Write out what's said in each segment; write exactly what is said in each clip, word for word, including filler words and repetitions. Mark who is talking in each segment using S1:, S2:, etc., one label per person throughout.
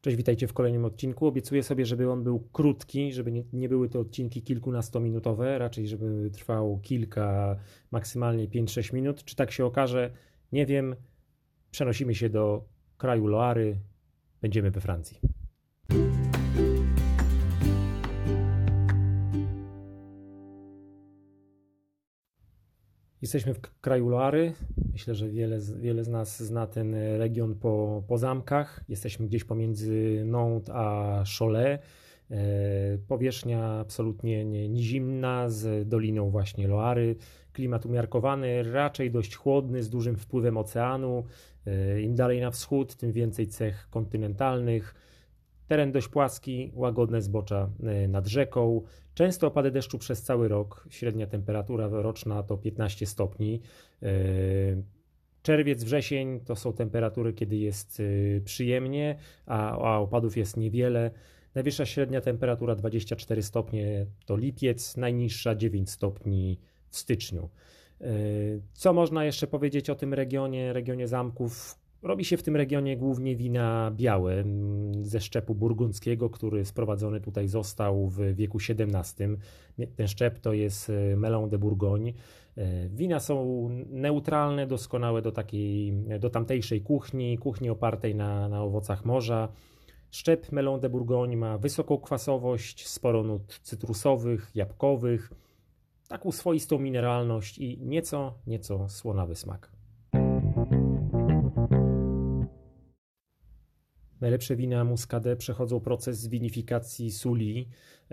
S1: Cześć, witajcie w kolejnym odcinku. Obiecuję sobie, żeby on był krótki, żeby nie, nie były to odcinki kilkunastominutowe, raczej żeby trwał kilka, maksymalnie pięć sześć minut. Czy tak się okaże? Nie wiem. Przenosimy się do kraju Loary. Będziemy we Francji. Jesteśmy w kraju Loary. Myślę, że wiele, wiele z nas zna ten region po, po zamkach. Jesteśmy gdzieś pomiędzy Nantes a Cholet. Powierzchnia absolutnie nie, nie zimna, z doliną właśnie Loary. Klimat umiarkowany, raczej dość chłodny, z dużym wpływem oceanu. Im dalej na wschód, tym więcej cech kontynentalnych. Teren dość płaski, łagodne zbocza nad rzeką. Często opady deszczu przez cały rok. Średnia temperatura roczna to piętnaście stopni. Czerwiec, wrzesień to są temperatury, kiedy jest przyjemnie, a, a opadów jest niewiele. Najwyższa średnia temperatura dwadzieścia cztery stopnie to lipiec, najniższa dziewięć stopni w styczniu. Co można jeszcze powiedzieć o tym regionie, regionie zamków? Robi się w tym regionie głównie wina białe ze szczepu burgundzkiego, który sprowadzony tutaj został w wieku siedemnastym. Ten szczep to jest Melon de Bourgogne. Wina są neutralne, doskonałe do takiej, do tamtejszej kuchni, kuchni opartej na, na owocach morza. Szczep Melon de Bourgogne ma wysoką kwasowość, sporo nut cytrusowych, jabłkowych, taką swoistą mineralność i nieco, nieco słonawy smak. Najlepsze wina Muscadet przechodzą proces winifikacji suli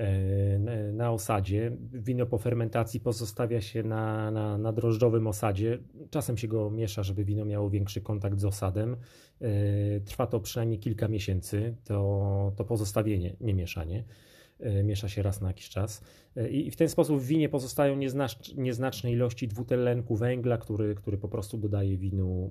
S1: na osadzie. Wino po fermentacji pozostawia się na, na, na drożdżowym osadzie. Czasem się go miesza, żeby wino miało większy kontakt z osadem. Trwa to przynajmniej kilka miesięcy, to, to pozostawienie, nie mieszanie. Miesza się raz na jakiś czas i w ten sposób w winie pozostają nieznacz, nieznaczne ilości dwutlenku węgla, który, który po prostu dodaje winu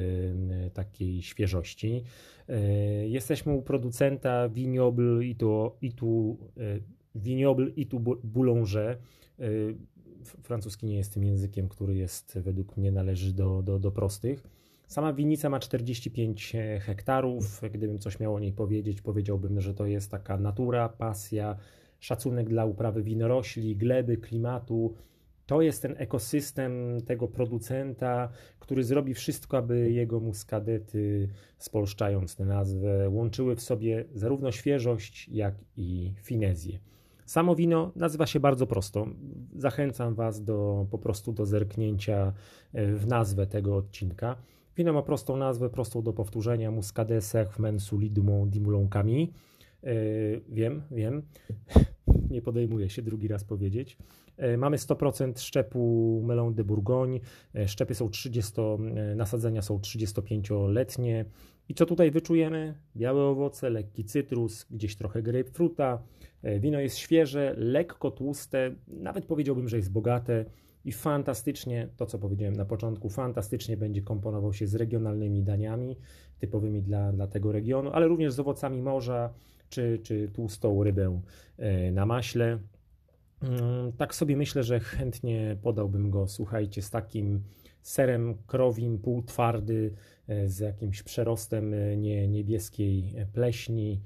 S1: e, takiej świeżości. E, jesteśmy u producenta Vignoble i tu, i tu e, Vignoble i tu Boulanger. E, francuski nie jest tym językiem, który jest według mnie należy do, do, do prostych. Sama winnica ma czterdzieści pięć hektarów. Gdybym coś miał o niej powiedzieć, powiedziałbym, że to jest taka natura, pasja, szacunek dla uprawy winorośli, gleby, klimatu. To jest ten ekosystem tego producenta, który zrobi wszystko, aby jego muskadety, spolszczając tę nazwę, łączyły w sobie zarówno świeżość, jak i finezję. Samo wino nazywa się bardzo prosto. Zachęcam Was do, po prostu do zerknięcia w nazwę tego odcinka. Wino ma prostą nazwę, prostą do powtórzenia. Muscadet Serment Soulis du Mont du Moulin Camille. Yy, wiem, wiem. Nie podejmuję się drugi raz powiedzieć. Yy, mamy sto procent szczepu Melon de Bourgogne. Yy, szczepy są trzydzieści, yy, nasadzenia są trzydziestopięcioletnie. I co tutaj wyczujemy? Białe owoce, lekki cytrus, gdzieś trochę grapefruta. Yy, wino jest świeże, lekko tłuste, nawet powiedziałbym, że jest bogate. I fantastycznie, to co powiedziałem na początku, fantastycznie będzie komponował się z regionalnymi daniami typowymi dla, dla tego regionu, ale również z owocami morza, czy, czy tłustą rybę na maśle. Tak sobie myślę, że chętnie podałbym go, słuchajcie, z takim serem krowim, półtwardy, z jakimś przerostem nie, niebieskiej pleśni.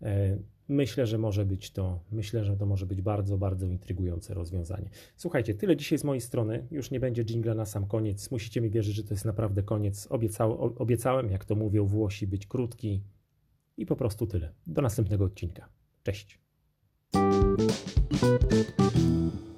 S1: Myślę, że może być to, myślę, że to może być bardzo, bardzo intrygujące rozwiązanie. Słuchajcie, tyle dzisiaj z mojej strony. Już nie będzie dżingla na sam koniec. Musicie mi wierzyć, że to jest naprawdę koniec. Obiecał, obiecałem, jak to mówią Włosi, być krótki. I po prostu tyle. Do następnego odcinka. Cześć.